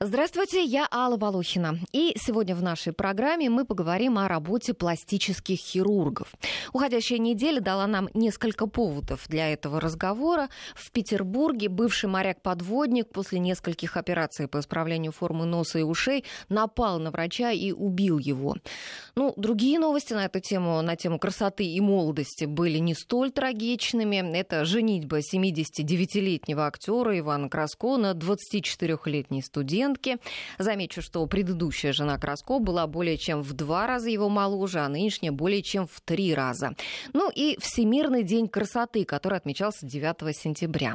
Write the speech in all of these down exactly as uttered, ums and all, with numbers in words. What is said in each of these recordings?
Здравствуйте, я Алла Волохина. И сегодня в нашей программе мы поговорим о работе пластических хирургов. Уходящая неделя дала нам несколько поводов для этого разговора. В Петербурге бывший моряк-подводник после нескольких операций по исправлению формы носа и ушей напал на врача и убил его. Ну, другие новости на эту тему, на тему красоты и молодости были не столь трагичными. Это женитьба семидесятидевятилетнего актера Ивана Краско на двадцатичетырёхлетней студентке. Замечу, что предыдущая жена Краско была более чем в два раза его моложе, а нынешняя более чем в три раза. Ну и Всемирный день красоты, который отмечался девятого сентября.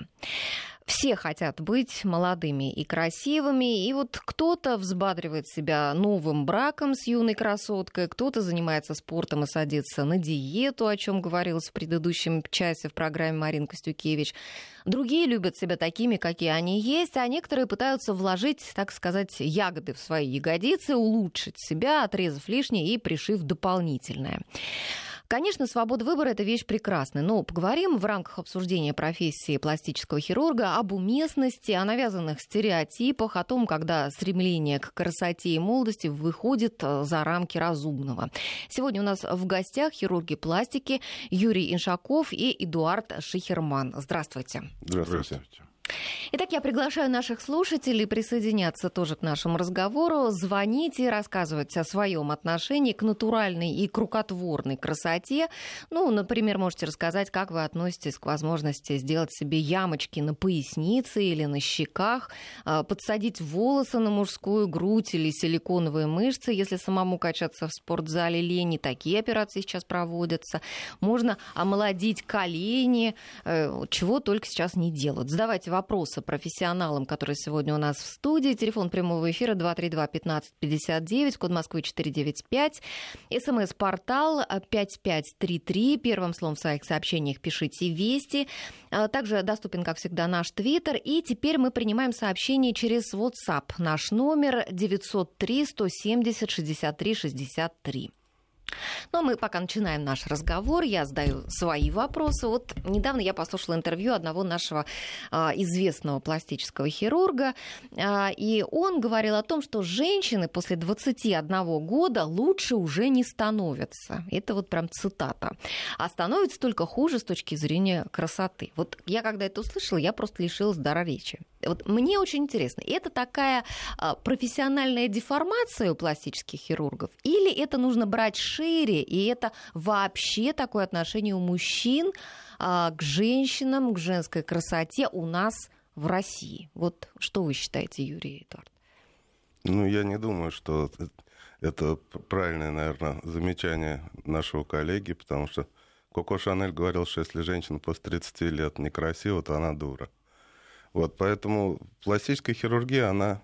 Все хотят быть молодыми и красивыми, и вот кто-то взбадривает себя новым браком с юной красоткой, кто-то занимается спортом и садится на диету, о чем говорилось в предыдущем часе в программе Марины Костюкевич. Другие любят себя такими, какие они есть, а некоторые пытаются вложить, так сказать, ягоды в свои ягодицы, улучшить себя, отрезав лишнее и пришив дополнительное. Конечно, свобода выбора – это вещь прекрасная, но поговорим в рамках обсуждения профессии пластического хирурга об уместности, о навязанных стереотипах, о том, когда стремление к красоте и молодости выходит за рамки разумного. Сегодня у нас в гостях хирурги пластики Юрий Иншаков и Эдуард Шихерман. Здравствуйте. Здравствуйте. Итак, я приглашаю наших слушателей присоединяться тоже к нашему разговору. Звоните, рассказывайте о своем отношении к натуральной и к рукотворной красоте. Ну, например, можете рассказать, как вы относитесь к возможности сделать себе ямочки на пояснице или на щеках, подсадить волосы на мужскую грудь или силиконовые мышцы, если самому качаться в спортзале лень. Такие операции сейчас проводятся. Можно омолодить колени, чего только сейчас не делают. Задавайте вопросы профессионалам, которые сегодня у нас в студии. Телефон прямого эфира два три два пятнадцать пятьдесят девять, код Москвы четыреста девяносто пять. СМС-портал пять пять три три. Первым словом в своих сообщениях пишите «Вести». Также доступен, как всегда, наш Твиттер. И теперь мы принимаем сообщения через WhatsApp. Наш номер девятьсот три сто семьдесят шестьдесят три шестьдесят три. Но мы пока начинаем наш разговор, я задаю свои вопросы. Вот недавно я послушала интервью одного нашего а, известного пластического хирурга, а, и он говорил о том, что женщины после двадцати одного года лучше уже не становятся. Это вот прям цитата. А становятся только хуже с точки зрения красоты. Вот я когда это услышала, я просто лишилась дара речи. Вот мне очень интересно, это такая а, профессиональная деформация у пластических хирургов, или это нужно брать шире, и это вообще такое отношение у мужчин а, к женщинам, к женской красоте у нас в России? Вот что вы считаете, Юрий Эдуард? Ну, я не думаю, что это правильное, наверное, замечание нашего коллеги, потому что Коко Шанель говорил, что если женщина после тридцати лет некрасива, то она дура. Вот, поэтому пластическая хирургия, она,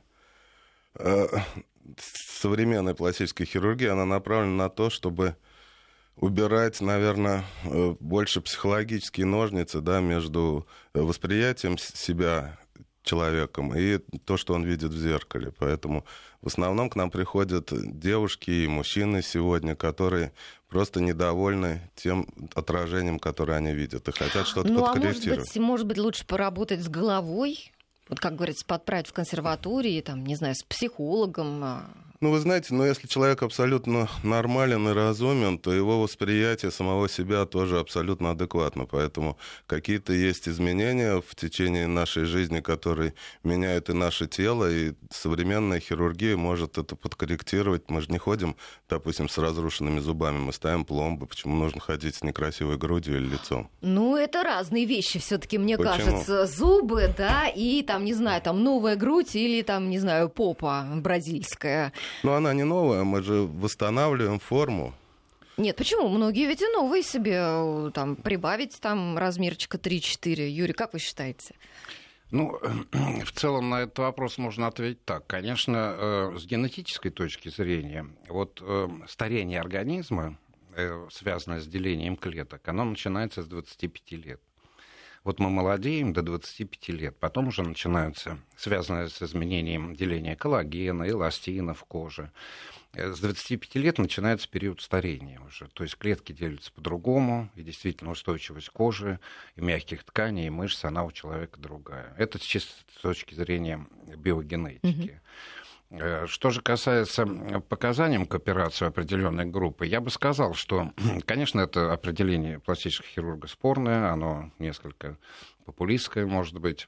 э, современная пластическая хирургия, она направлена на то, чтобы убирать, наверное, э, больше психологические ножницы, да, между восприятием себя человеком и то, что он видит в зеркале. Поэтому в основном к нам приходят девушки и мужчины сегодня, которые просто недовольны тем отражением, которое они видят, и хотят что-то ну, подкорректировать. А может быть, может быть, лучше поработать с головой? Вот, как говорится, подправить в консерватории, там, не знаю, с психологом. Ну, вы знаете, но если человек абсолютно нормален и разумен, то его восприятие самого себя тоже абсолютно адекватно. Поэтому какие-то есть изменения в течение нашей жизни, которые меняют и наше тело, и современная хирургия может это подкорректировать. Мы же не ходим, допустим, с разрушенными зубами, мы ставим пломбы. Почему нужно ходить с некрасивой грудью или лицом? Ну, это разные вещи все-таки, мне Почему? кажется. Зубы, да, и там, не знаю, там новая грудь или там, не знаю, попа бразильская. Но она не новая, мы же восстанавливаем форму. Нет, почему? Многие ведь и новые себе там прибавить там размерчика три-четыре. Юрий, как вы считаете? Ну, в целом на этот вопрос можно ответить так. Конечно, с генетической точки зрения, вот старение организма, связанное с делением клеток, оно начинается с двадцати пяти лет. Вот мы молодеем до двадцати пяти лет, потом уже начинаются, связанные с изменением деления коллагена, эластина в коже. С двадцати пяти лет начинается период старения уже. То есть клетки делятся по-другому, и действительно устойчивость кожи, и мягких тканей, и мышц, она у человека другая. Это чисто с точки зрения биогенетики. Mm-hmm. Что же касается показаний к операции определенной группы, я бы сказал, что, конечно, это определение пластического хирурга спорное, оно несколько популистское, может быть.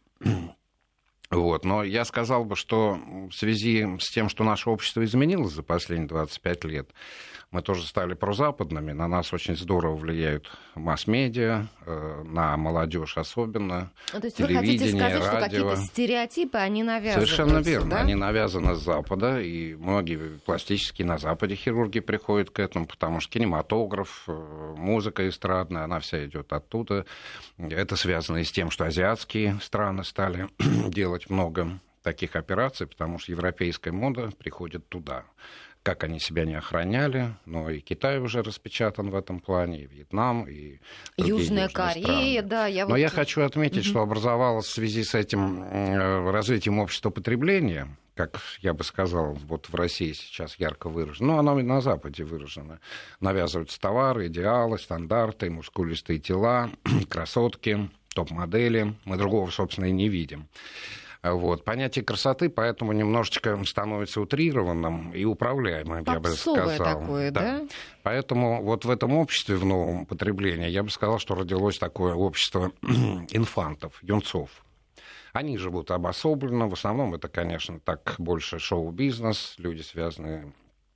Вот. Но я сказал бы, что в связи с тем, что наше общество изменилось за последние двадцать пять лет, мы тоже стали прозападными, на нас очень здорово влияют масс-медиа, на молодежь особенно, ну, то есть телевидение, вы хотите сказать, радио. Что какие-то стереотипы, они навязаны? Совершенно верно, да? они навязаны с Запада, и многие пластические на Западе хирурги приходят к этому, потому что кинематограф, музыка эстрадная, она вся идет оттуда. Это связано и с тем, что азиатские страны стали делать много таких операций, потому что европейская мода приходит туда. Как они себя не охраняли, но и Китай уже распечатан в этом плане, и Вьетнам, и Южная Корея, страны. Да. Я но вот... я хочу отметить, mm-hmm. что образовалось в связи с этим развитием общества потребления, как я бы сказал, вот в России сейчас ярко выражено, но оно и на Западе выражено. Навязываются товары, идеалы, стандарты, мускулистые тела, красотки, топ-модели. Мы другого, собственно, и не видим. Вот. Понятие красоты поэтому немножечко становится утрированным и управляемым, я бы сказал. Такое, да? Да? Поэтому вот в этом обществе, в новом потреблении, я бы сказал, что родилось такое общество инфантов, юнцов. Они живут обособленно, в основном это, конечно, так больше шоу-бизнес, люди, связанные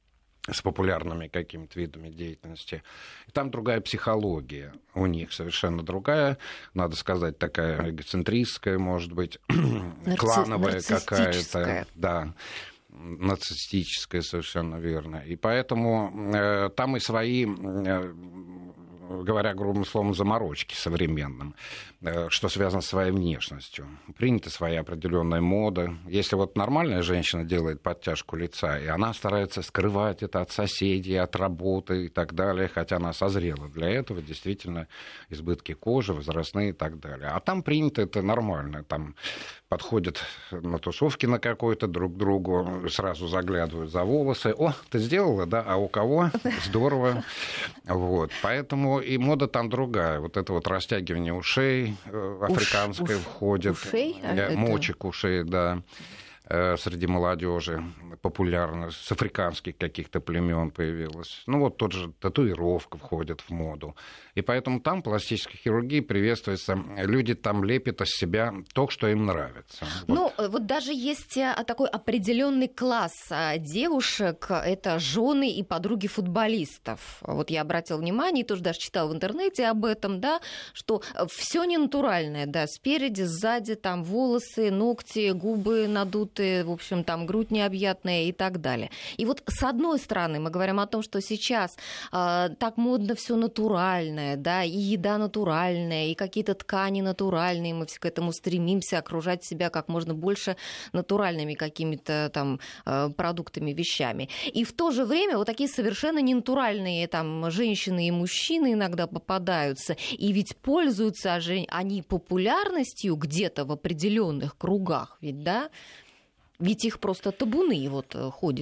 с популярными какими-то видами деятельности. И там другая психология у них, совершенно другая, надо сказать, такая эгоцентристская, может быть, Нарци... клановая какая-то. Да, нарциссическая, совершенно верно. И поэтому э, там и свои... Э, говоря грубым словом, заморочки современным, что связано с своей внешностью. Принята своя определенная мода. Если вот нормальная женщина делает подтяжку лица, и она старается скрывать это от соседей, от работы и так далее, хотя она созрела для этого, действительно, избытки кожи, возрастные и так далее. А там принято это нормально. Там подходят на тусовки на какой-то друг к другу, сразу заглядывают за волосы. О, ты сделала, да? А у кого? Здорово. Вот. Поэтому и мода там другая. Вот это вот растягивание ушей африканское уш, входит. Ушей? А мочек это... ушей, да. Среди молодежи популярно, с африканских каких-то племен появилось. Ну вот тот же татуировка входит в моду. И поэтому там пластическая хирургия приветствуется. Люди там лепят из себя то, что им нравится. Ну вот, вот даже есть такой определенный класс девушек, это жены и подруги футболистов. Вот я обратила внимание, и тоже даже читала в интернете об этом, да, что все не натуральное, да, спереди, сзади, там волосы, ногти, губы надуты, в общем, там грудь необъятная и так далее. И вот с одной стороны мы говорим о том, что сейчас э, так модно все натуральное, да, и еда натуральная, и какие-то ткани натуральные, мы все к этому стремимся, окружать себя как можно больше натуральными какими-то там э, продуктами, вещами. И в то же время вот такие совершенно ненатуральные там женщины и мужчины иногда попадаются, и ведь пользуются они популярностью где-то в определенных кругах, ведь, да? Ведь их просто табуны вот ходят.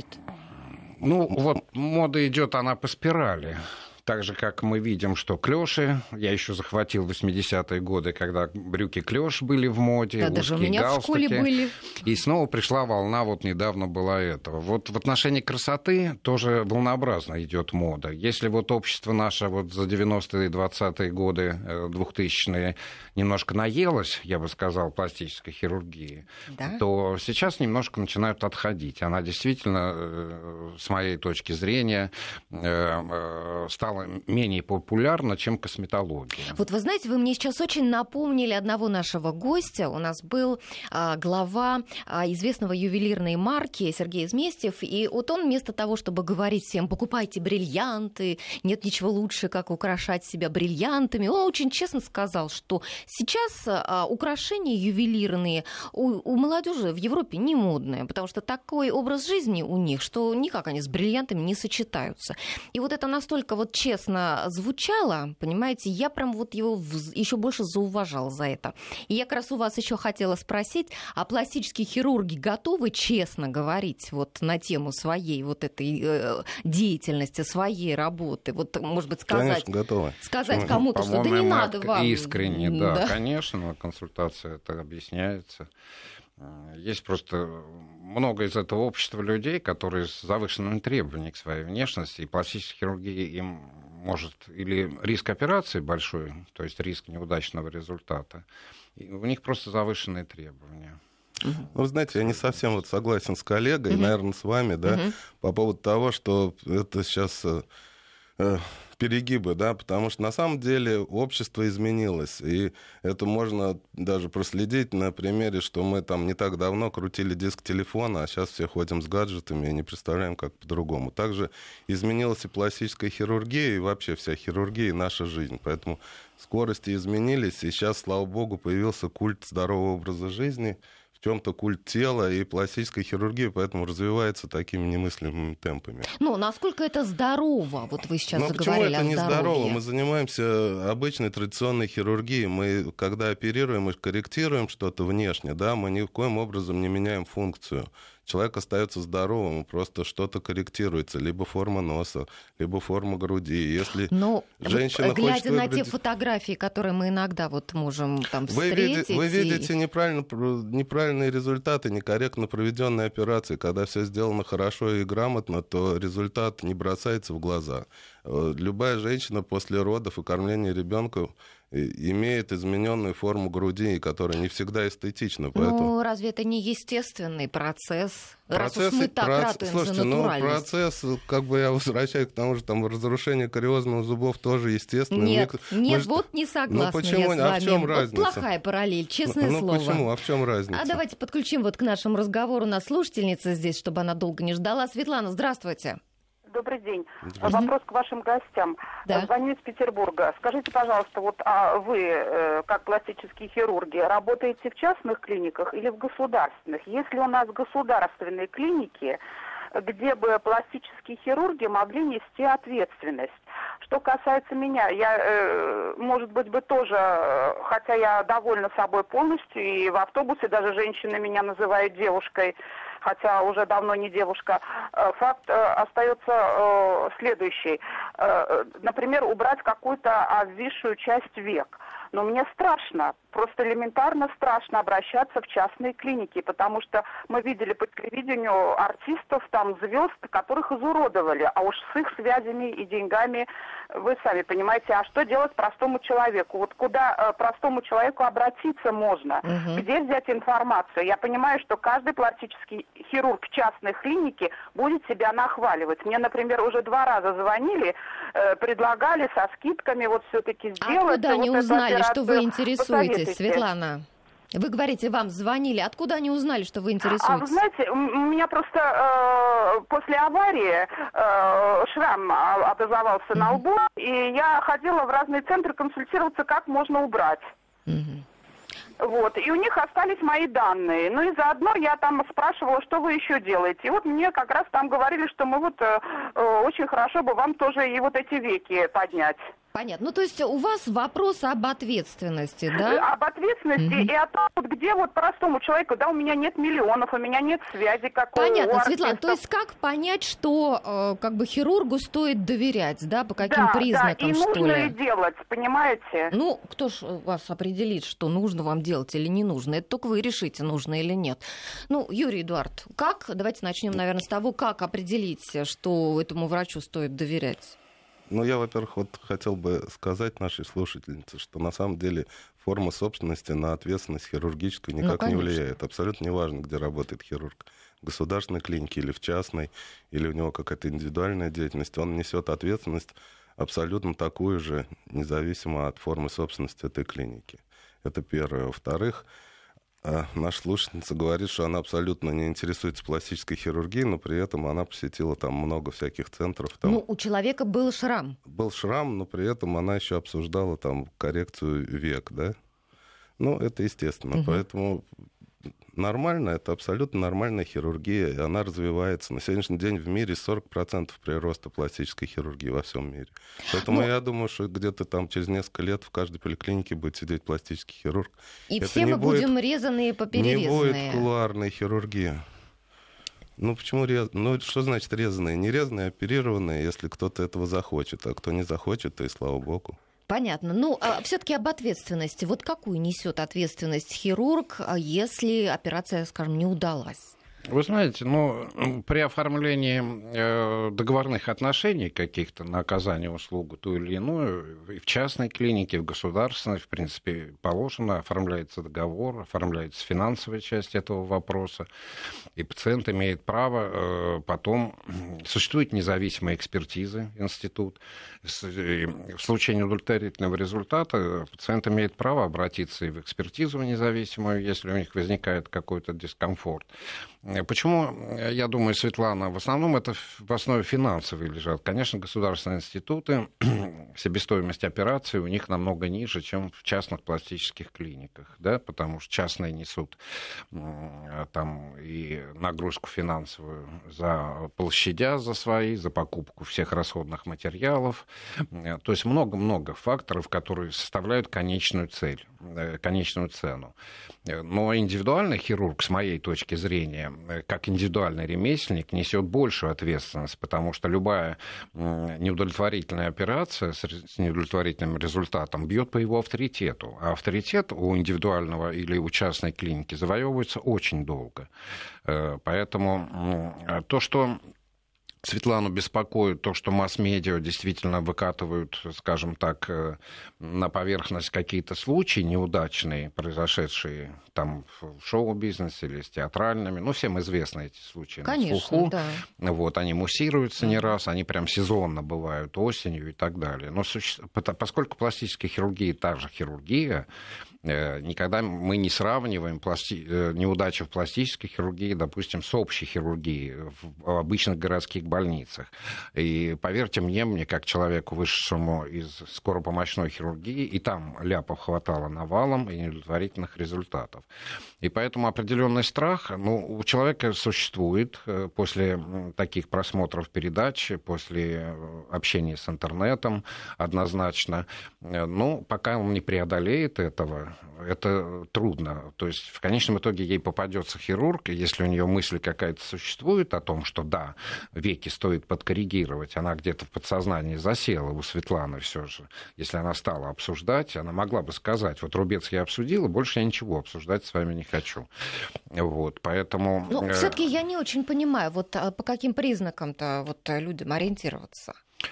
Ну, вот мода идет, она по спирали. Так же, как мы видим, что клёши, я еще захватил восьмидесятые годы, когда брюки клёш были в моде, да, узкие даже у меня галстуки. В школе были. И снова пришла волна, вот недавно была этого. Вот в отношении красоты тоже волнообразно идет мода. Если вот общество наше вот за девяностые, двадцатые годы, двухтысячные немножко наелось, я бы сказал, пластической хирургии, да? То сейчас немножко начинают отходить. Она действительно, с моей точки зрения, стала менее популярна, чем косметология. Вот вы знаете, вы мне сейчас очень напомнили одного нашего гостя. У нас был а, глава а, известного ювелирной марки Сергей Изместьев, и вот он вместо того, чтобы говорить всем, покупайте бриллианты, нет ничего лучше, как украшать себя бриллиантами, он очень честно сказал, что Сейчас а, украшения ювелирные у, у молодежи в Европе не модные, потому что такой образ жизни у них, что никак они с бриллиантами не сочетаются. И вот это настолько вот честно звучало, понимаете, я прям вот его в, еще больше зауважала за это. И я как раз у вас еще хотела спросить, а пластические хирурги готовы честно говорить вот на тему своей вот этой э, деятельности, своей работы? Вот, может быть, сказать, конечно, готовы. сказать кому-то, что да не надо вам. Искренне, да, да, конечно, консультация это объясняется. Есть просто много из этого общества людей, которые с завышенными требованиями к своей внешности, и пластическая хирургия им может или риск операции большой, то есть риск неудачного результата, и у них просто завышенные требования. Ну, вы знаете, я не совсем вот согласен с коллегой, uh-huh. наверное, с вами, да, uh-huh. по поводу того, что это сейчас э, перегибы, да, потому что на самом деле общество изменилось, и это можно даже проследить на примере, что мы там не так давно крутили диск телефона, а сейчас все ходим с гаджетами и не представляем, как по-другому. Также изменилась и пластическая хирургия, и вообще вся хирургия, и наша жизнь, поэтому скорости изменились, и сейчас, слава богу, появился культ здорового образа жизни, в чем-то культ тела, и пластическая хирургия поэтому развивается такими немыслимыми темпами. Ну, насколько это здорово? Вот вы сейчас Но заговорили о здоровье. Почему это не здорово? Мы занимаемся обычной традиционной хирургией. Мы, когда оперируем и корректируем что-то внешне, да, мы ни в коем образом не меняем функцию. Человек остается здоровым, просто что-то корректируется, либо форма носа, либо форма груди. Если Но женщина вот, глядя хочет на выбрать... те фотографии, которые мы иногда вот можем там вы встретить... Видите, вы и... видите неправильно, неправильные результаты, некорректно проведенные операции. Когда все сделано хорошо и грамотно, то результат не бросается в глаза. Любая женщина после родов и кормления ребенка имеет измененную форму груди, которая не всегда эстетична. Поэтому... Ну, разве это не естественный процесс? Процесс, Раз уж мы так проц... ратуем Слушайте, за ну, натуральность. процесс, как бы я возвращаюсь к тому же, там, разрушение кариозных зубов тоже естественно. Нет, Мы... нет, Мы... вот не согласна ну, почему? я с вами. А в чем вот разница? Плохая параллель, честное ну, слово. Ну, почему? А в чем разница? А давайте подключим вот к нашему разговору нас слушательница здесь, чтобы она долго не ждала. Светлана, здравствуйте. Добрый день. Вопрос к вашим гостям. Да. Звоню из Петербурга. Скажите, пожалуйста, вот а вы, э, как пластические хирурги, работаете в частных клиниках или в государственных? Если у нас государственные клиники, где бы пластические хирурги могли нести ответственность. Что касается меня, я, э, может быть, бы тоже, хотя я довольна собой полностью, и в автобусе даже женщины меня называют девушкой, хотя уже давно не девушка, факт остается следующий. Например, убрать какую-то обвисшую часть век. Но мне страшно, просто элементарно страшно обращаться в частные клиники, потому что мы видели по телевидению артистов, там, звезд, которых изуродовали, а уж с их связями и деньгами вы сами понимаете, а что делать простому человеку? Вот куда э, простому человеку обратиться можно? Угу. Где взять информацию? Я понимаю, что каждый пластический хирург в частной клинике будет себя нахваливать. Мне, например, уже два раза звонили, э, предлагали со скидками вот все-таки сделать. Откуда они вот узнали, что вы интересуетесь, Посоветуйте. Светлана? Вы говорите, вам звонили. Откуда они узнали, что вы интересуетесь? А вы знаете, у меня просто э, после аварии э, шрам образовался mm-hmm. на лбу, и я ходила в разные центры консультироваться, как можно убрать. Mm-hmm. Вот, и у них остались мои данные. Ну и заодно я там спрашивала, что вы еще делаете. И вот мне как раз там говорили, что мы вот э, э, очень хорошо бы вам тоже и вот эти веки поднять. Понятно. Ну, то есть у вас вопрос об ответственности, да? Об ответственности mm-hmm. и о том, вот где вот простому человеку, да, у меня нет миллионов, у меня нет связи какой-то. Понятно, Светлана, то есть как понять, что э, как бы хирургу стоит доверять, да, по каким да, признакам, да, и что нужно ли? ли делать, понимаете? Ну, кто ж вас определит, что нужно вам делать или не нужно? Это только вы решите, нужно или нет. Ну, Юрий Эдуард, как? Давайте начнем, наверное, с того, как определить, что этому врачу стоит доверять. Ну, я, во-первых, вот хотел бы сказать нашей слушательнице, что на самом деле форма собственности на ответственность хирургическую никак ну, не влияет. Абсолютно неважно, где работает хирург. В государственной клинике или в частной, или у него какая-то индивидуальная деятельность. Он несет ответственность абсолютно такую же, независимо от формы собственности этой клиники. Это первое. Во-вторых, наша слушательница говорит, что она абсолютно не интересуется пластической хирургией, но при этом она посетила там много всяких центров. Там ну, у человека был шрам. Был шрам, но при этом она еще обсуждала там коррекцию век, да? Ну, это естественно. Угу. Поэтому нормально, это абсолютно нормальная хирургия, и она развивается. На сегодняшний день в мире сорок процентов прироста пластической хирургии во всем мире. Поэтому ну, я думаю, что где-то там через несколько лет в каждой поликлинике будет сидеть пластический хирург. И это все мы будет, будем резаные поперерезанные. Не будет кулуарной хирургии. Ну, почему рез... Ну, что значит резаные? Не резаные, а оперированные, если кто-то этого захочет. А кто не захочет, то и слава богу. Понятно. Ну, а все-таки об ответственности. Вот какую несет ответственность хирург, если операция, скажем, не удалась? Вы знаете, ну, при оформлении э, договорных отношений каких-то на оказание услуг ту или иную, и в частной клинике, в государственной, в принципе, положено, оформляется договор, оформляется финансовая часть этого вопроса, и пациент имеет право э, потом... Существует независимая экспертиза, институт. В случае неудовлетворительного результата пациент имеет право обратиться и в экспертизу независимую, если у них возникает какой-то дискомфорт. Почему, я думаю, Светлана, в основном это в основе финансовые лежат. Конечно, государственные институты, себестоимость операций у них намного ниже, чем в частных пластических клиниках, да, потому что частные несут там и нагрузку финансовую за площадя за свои, за покупку всех расходных материалов. То есть много-много факторов, которые составляют конечную цель, конечную цену. Но индивидуальный хирург, с моей точки зрения, как индивидуальный ремесленник, несет большую ответственность, потому что любая неудовлетворительная операция с неудовлетворительным результатом бьет по его авторитету. А авторитет у индивидуального или у частной клиники завоевывается очень долго. Поэтому то, что Светлану беспокоит то, что масс-медиа действительно выкатывают, скажем так, на поверхность какие-то случаи неудачные, произошедшие там в шоу-бизнесе или с театральными. Ну, всем известны эти случаи. Конечно, на слуху. Да. Вот, они муссируются не раз, они прям сезонно бывают осенью и так далее. Но поскольку пластическая хирургия та же хирургия, никогда мы не сравниваем пласти... неудачи в пластической хирургии, допустим, с общей хирургией в обычных городских больницах. И поверьте мне, мне как человеку, вышедшему из скоропомощной хирургии, и там ляпов хватало навалом и неудовлетворительных результатов. И поэтому определенный страх, ну, у человека существует после таких просмотров передач, после общения с интернетом однозначно. Но пока он не преодолеет этого, это трудно. То есть в конечном итоге ей попадется хирург, и если у нее мысль какая-то существует о том, что да, веки стоит подкоррегировать, она где-то в подсознании засела у Светланы все же. Если она стала обсуждать, она могла бы сказать, вот рубец я обсудила, больше я ничего обсуждать с вами не хочу. Вот, поэтому... Ну, все-таки я не очень понимаю, вот по каким признакам-то вот людям ориентироваться?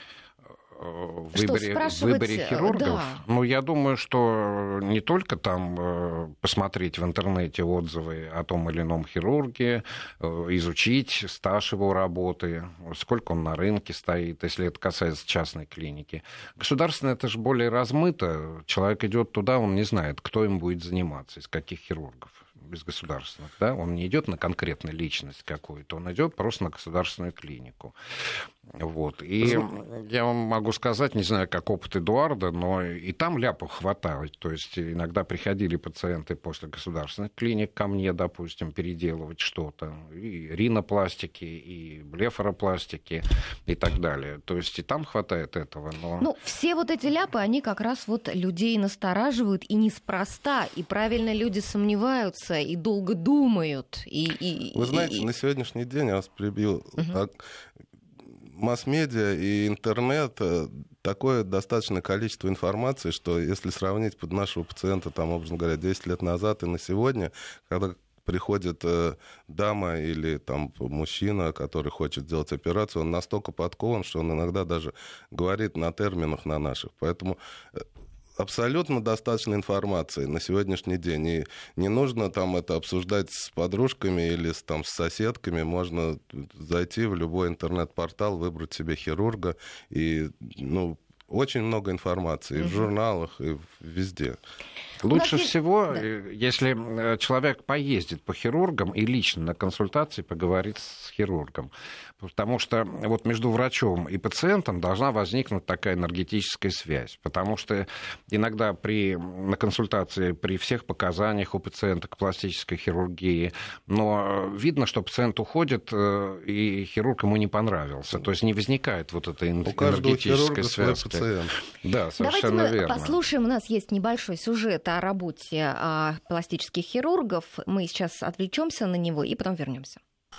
В выборе, в выборе хирургов, да. Ну, я думаю, что не только там посмотреть в интернете отзывы о том или ином хирурге, изучить стаж его работы, сколько он на рынке стоит, если это касается частной клиники. Государственное это же более размыто. Человек идет туда, он не знает, кто им будет заниматься, из каких хирургов. Без государственных, да, он не идет на конкретную личность какую-то, он идет просто на государственную клинику. Вот. И я вам могу сказать, не знаю, как опыт Эдуарда, но и там ляпов хватает. То есть иногда приходили пациенты после государственных клиник ко мне, допустим, переделывать что-то. И ринопластики, и блефаропластики, и так далее. То есть и там хватает этого. Но... Ну, все вот эти ляпы, они как раз вот людей настораживают, и неспроста. И правильно люди сомневаются, и долго думают. И, и, Вы знаете, и... на сегодняшний день, я вас прибил... Угу. Масс-медиа и интернет такое достаточное количество информации, что если сравнить под нашего пациента, там, образно говоря, десять лет назад и на сегодня, когда приходит э, дама или там мужчина, который хочет сделать операцию, он настолько подкован, что он иногда даже говорит на терминах на наших. Поэтому абсолютно достаточно информации на сегодняшний день. И не нужно там это обсуждать с подружками или с, там, с соседками. Можно зайти в любой интернет-портал, выбрать себе хирурга и, ну, очень много информации и в журналах, и везде. Лучше есть... всего, да. если человек поездит по хирургам и лично на консультации поговорит с хирургом. Потому что вот между врачом и пациентом должна возникнуть такая энергетическая связь. Потому что иногда при, на консультации при всех показаниях у пациента к пластической хирургии, но видно, что пациент уходит, и хирург ему не понравился. То есть не возникает вот этой энергетической связи. Да, совершенно Давайте мы верно. послушаем. У нас есть небольшой сюжет о работе а, пластических хирургов. Мы сейчас отвлечемся на него и потом вернемся.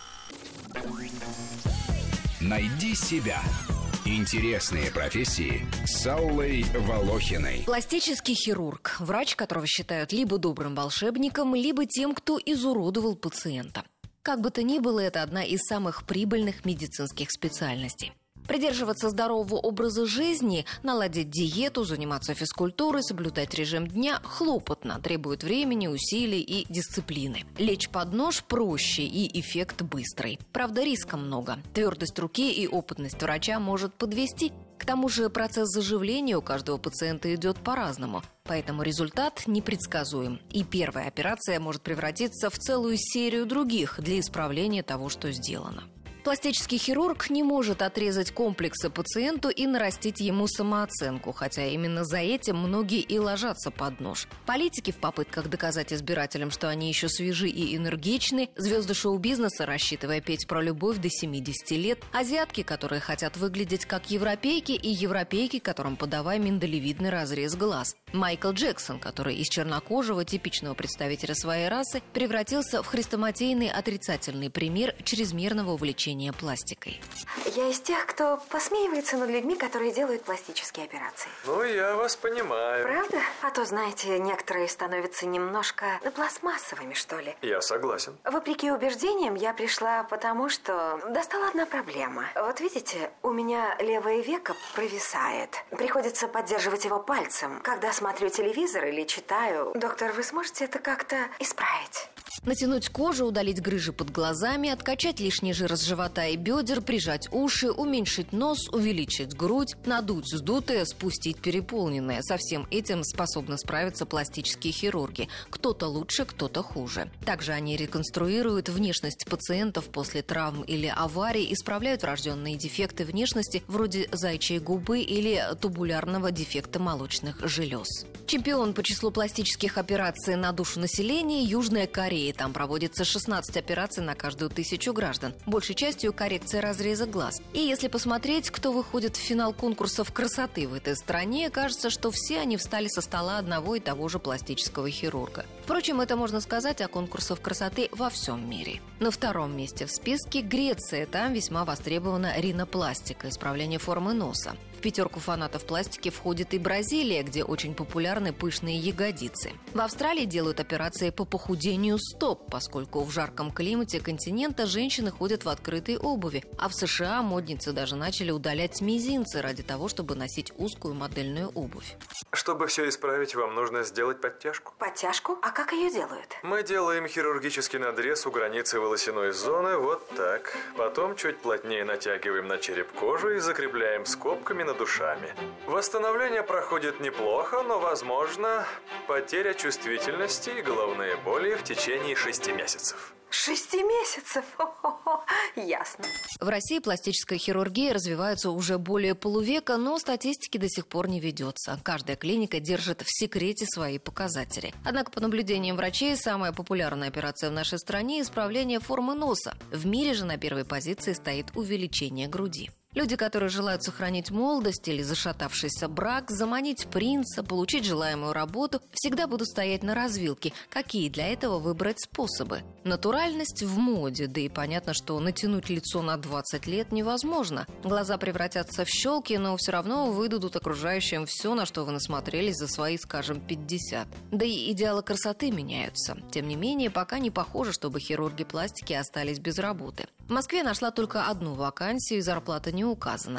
Найди себя. Интересные профессии с Аллой Волохиной. Пластический хирург. Врач, которого считают либо добрым волшебником, либо тем, кто изуродовал пациента. Как бы то ни было, это одна из самых прибыльных медицинских специальностей. Придерживаться здорового образа жизни, наладить диету, заниматься физкультурой, соблюдать режим дня хлопотно, требует времени, усилий и дисциплины. Лечь под нож проще и эффект быстрый. Правда, риска много. Твердость руки и опытность врача может подвести. К тому же процесс заживления у каждого пациента идет по-разному, поэтому результат непредсказуем. И первая операция может превратиться в целую серию других для исправления того, что сделано. Пластический хирург не может отрезать комплексы пациенту и нарастить ему самооценку, хотя именно за этим многие и ложатся под нож. Политики в попытках доказать избирателям, что они еще свежи и энергичны, звезды шоу-бизнеса, рассчитывая петь про любовь до семидесяти лет, азиатки, которые хотят выглядеть как европейки, и европейки, которым подавай миндалевидный разрез глаз. Майкл Джексон, который из чернокожего, типичного представителя своей расы, превратился в хрестоматийный отрицательный пример чрезмерного увлечения пластикой. Я из тех, кто посмеивается над людьми, которые делают пластические операции. Ну, я вас понимаю. Правда? А то, знаете, некоторые становятся немножко пластмассовыми, что ли. Я согласен. Вопреки убеждениям, я пришла потому, что достала одна проблема. Вот видите, у меня левое веко провисает. Приходится поддерживать его пальцем, когда смотрю телевизор или читаю. Доктор, вы сможете это как-то исправить? Натянуть кожу, удалить грыжи под глазами, откачать лишний жир с живота и бедер, прижать уши, уменьшить нос, увеличить грудь, надуть сдутое, спустить переполненное. Со всем этим способны справиться пластические хирурги. Кто-то лучше, кто-то хуже. Также они реконструируют внешность пациентов после травм или аварий, исправляют врожденные дефекты внешности вроде заячьей губы или тубулярного дефекта молочных желез. Чемпион по числу пластических операций на душу населения – Южная Корея. Там проводится шестнадцать операций на каждую тысячу граждан. Большей частью коррекция разреза глаз. И если посмотреть, кто выходит в финал конкурсов красоты в этой стране, кажется, что все они встали со стола одного и того же пластического хирурга. Впрочем, это можно сказать о конкурсах красоты во всем мире. На втором месте в списке Греция. Там весьма востребована ринопластика, исправление формы носа. В пятерку фанатов пластики входит и Бразилия, где очень популярны пышные ягодицы. В Австралии делают операции по похудению стоп, поскольку в жарком климате континента женщины ходят в открытой обуви. А в США модницы даже начали удалять мизинцы ради того, чтобы носить узкую модельную обувь. Чтобы все исправить, вам нужно сделать подтяжку. Подтяжку? А как ее делают? Мы делаем хирургический надрез у границы волосяной зоны вот так. Потом чуть плотнее натягиваем на череп кожу и закрепляем скобками над ушами. Восстановление проходит неплохо, но, возможно, потеря чувствительности и головные боли в течение шести месяцев. Шести месяцев? О-хо-хо. Ясно. В России пластическая хирургия развивается уже более полувека, но статистики до сих пор не ведется. Каждая клиника держит в секрете свои показатели. Однако, по наблюдениям врачей, самая популярная операция в нашей стране – исправление формы носа. В мире же на первой позиции стоит увеличение груди. Люди, которые желают сохранить молодость или зашатавшийся брак, заманить принца, получить желаемую работу, всегда будут стоять на развилке. Какие для этого выбрать способы? Натуральность в моде, да и понятно, что натянуть лицо на двадцать лет невозможно. Глаза превратятся в щелки, но все равно выдадут окружающим все, на что вы насмотрелись за свои, скажем, пятьдесят. Да и идеалы красоты меняются. Тем не менее, пока не похоже, чтобы хирурги пластики остались без работы. В Москве нашла только одну вакансию, и зарплата не указано.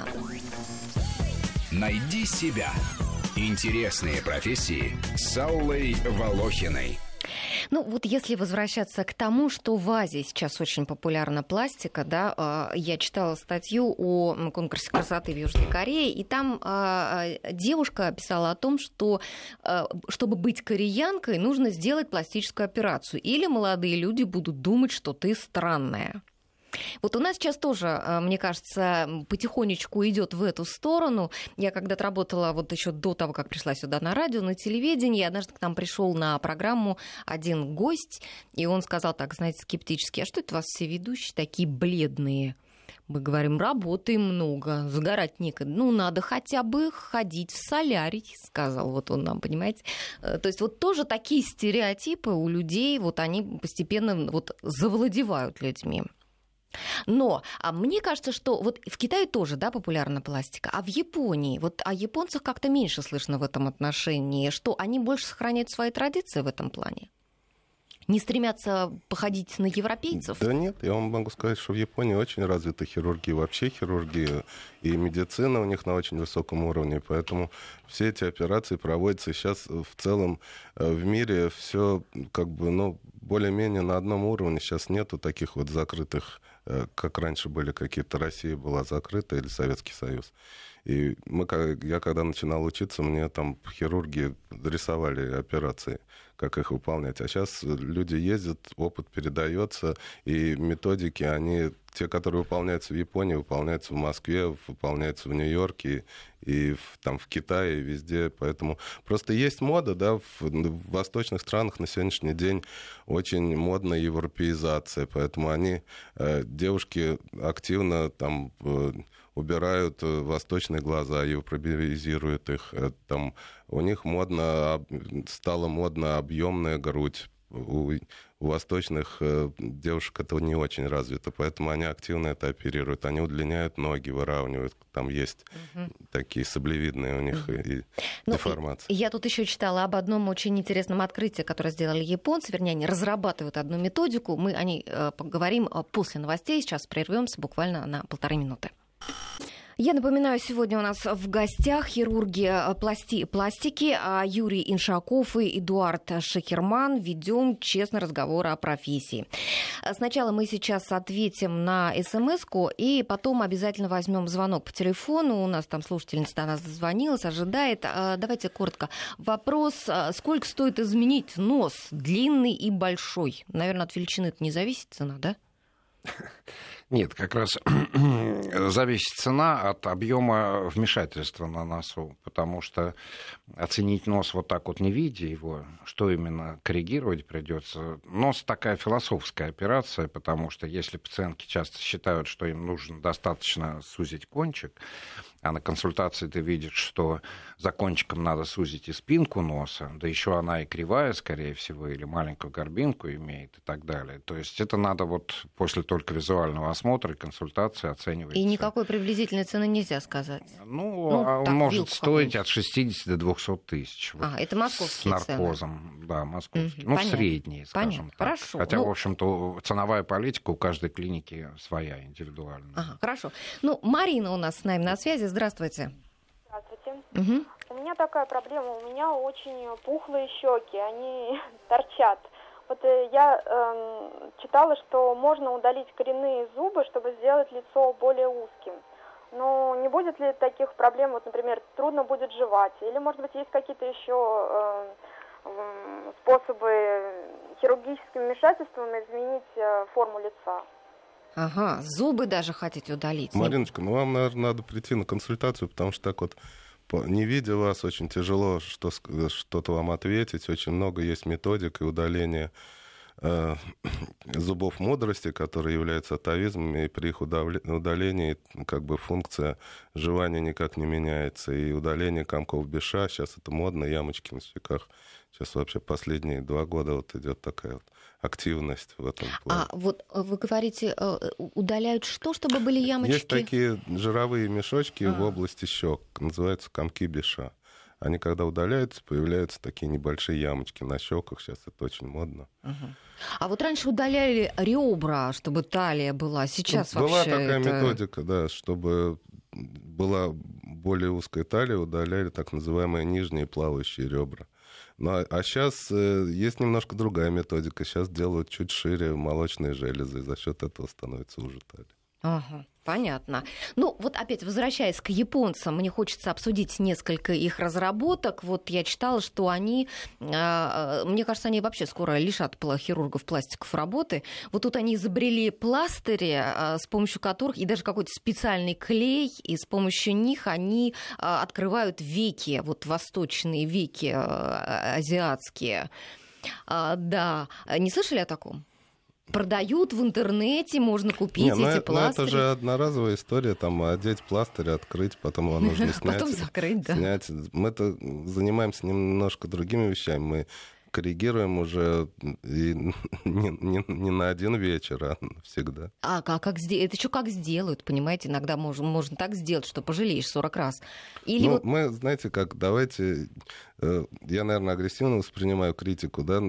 Найди себя. Интересные профессии с Аллой Волохиной. Ну, вот если возвращаться к тому, что в Азии сейчас очень популярна пластика, да, я читала статью о конкурсе красоты в Южной Корее, и там девушка писала о том, что чтобы быть кореянкой, нужно сделать пластическую операцию, или молодые люди будут думать, что ты странная. Вот у нас сейчас тоже, мне кажется, потихонечку идет в эту сторону. Я когда-то работала вот еще до того, как пришла сюда на радио, на телевидении, однажды к нам пришел на программу один гость, и он сказал так, знаете, скептически: а что это у вас все ведущие такие бледные? Мы говорим, работаем много, загорать некогда. Ну, надо хотя бы ходить в солярий, сказал вот он нам, понимаете. То есть вот тоже такие стереотипы у людей, вот они постепенно вот завладевают людьми. Но а мне кажется, что вот в Китае тоже, да, популярна пластика, а в Японии, вот о японцах как-то меньше слышно в этом отношении, что они больше сохраняют свои традиции в этом плане? Не стремятся походить на европейцев? Да нет, я вам могу сказать, что в Японии очень развита хирургия, вообще хирургия, и медицина у них на очень высоком уровне, поэтому все эти операции проводятся сейчас в целом в мире, все как бы, ну, более-менее на одном уровне, сейчас нету таких вот закрытых, как раньше были какие-то, Россия была закрыта или Советский Союз. И мы, я когда начинал учиться, мне там хирурги рисовали операции, как их выполнять. А сейчас люди ездят, опыт передается, и методики, они, те, которые выполняются в Японии, выполняются в Москве, выполняются в Нью-Йорке, и в, там, в Китае, и везде. Поэтому просто есть мода, да, в, в восточных странах на сегодняшний день очень модная европеизация, поэтому они, э, девушки активно там э, убирают восточные глаза, европеизируют их. Там, у них модно, стала модна объемная грудь. У, у восточных девушек это не очень развито, поэтому они активно это оперируют. Они удлиняют ноги, выравнивают. Там есть угу. такие саблевидные у них угу. и ну, деформации. Я тут еще читала об одном очень интересном открытии, которое сделали японцы. Вернее, они разрабатывают одну методику. Мы о ней поговорим после новостей. Сейчас прервемся буквально на полторы минуты. Я напоминаю, сегодня у нас в гостях хирурги пласти- пластики Юрий Иншаков и Эдуард Шахерман. Ведем честный разговор о профессии. Сначала мы сейчас ответим на смс-ку, и потом обязательно возьмем звонок по телефону. У нас там слушательница до нас дозвонилась, ожидает. Давайте коротко. Вопрос: сколько стоит изменить нос, длинный и большой? Наверное, от величины это не зависит цена, да? Нет, как раз зависит цена от объема вмешательства на носу, потому что оценить нос вот так вот, не видя его, что именно коррегировать придется. Нос такая философская операция, потому что если пациентки часто считают, что им нужно достаточно сузить кончик, а на консультации ты видишь, что за кончиком надо сузить и спинку носа, да еще она и кривая, скорее всего, или маленькую горбинку имеет и так далее. То есть это надо вот после только визуального осмотра и консультации оценивать. И никакой приблизительной цены нельзя сказать? Ну, ну он так, может стоить от шестидесяти до двухсот тысяч. А, вот, это московские с наркозом. Цены. Да, московские. Угу, ну, понятно. Средние, скажем понятно. Так. Хорошо. Хотя, ну... в общем-то, ценовая политика у каждой клиники своя, индивидуальная. Ага, хорошо. Ну, Марина у нас с нами на связи. Здравствуйте. Здравствуйте. Угу. У меня такая проблема. У меня очень пухлые щеки, они торчат. Вот я э, читала, что можно удалить коренные зубы, чтобы сделать лицо более узким. Но не будет ли таких проблем, вот, например, трудно будет жевать? Или, может быть, есть какие-то еще э, способы хирургическим вмешательством изменить э, форму лица? Ага, зубы даже хотите удалить. Мариночка, ну вам, наверное, надо прийти на консультацию, потому что так вот, не видя вас, очень тяжело что, что-то вам ответить. Очень много есть методик и удаления э, зубов мудрости, которые являются атовизмами, и при их удалении как бы функция жевания никак не меняется. И удаление комков Биша, сейчас это модно, ямочки на щеках. Сейчас вообще последние два года вот идет такая вот активность в этом плане. А вот вы говорите, удаляют что, чтобы были ямочки? Есть такие жировые мешочки а. в области щек, называются комки Биша. Они когда удаляются, появляются такие небольшие ямочки на щеках. Сейчас это очень модно. Угу. А вот раньше удаляли ребра, чтобы талия была. Сейчас ну, вообще была такая это... методика, да, чтобы была более узкая талия, удаляли так называемые нижние плавающие ребра. Ну, а, а сейчас э, есть немножко другая методика. Сейчас делают чуть шире молочные железы, и за счет этого становится уже талия. Ага, понятно. Ну, вот опять возвращаясь к японцам, мне хочется обсудить несколько их разработок. Вот я читала, что они, э, мне кажется, они вообще скоро лишат хирургов пластиков работы. Вот тут они изобрели пластыри, э, с помощью которых, и даже какой-то специальный клей, и с помощью них они э, открывают веки, вот восточные веки, э, азиатские. А, да, не слышали о таком? Продают в интернете, можно купить Не, эти ну, пластыри. Ну, это же одноразовая история, там, одеть пластырь, открыть, потом его нужно снять. Потом закрыть, да. Снять. Мы-то занимаемся немножко другими вещами. Мы коррегируем уже и не, не, не на один вечер, а всегда. А как, как это еще как сделают, понимаете? Иногда можно, можно так сделать, что пожалеешь сорок раз. Или ну, вот... мы, знаете, как, давайте... Я, наверное, агрессивно воспринимаю критику, да,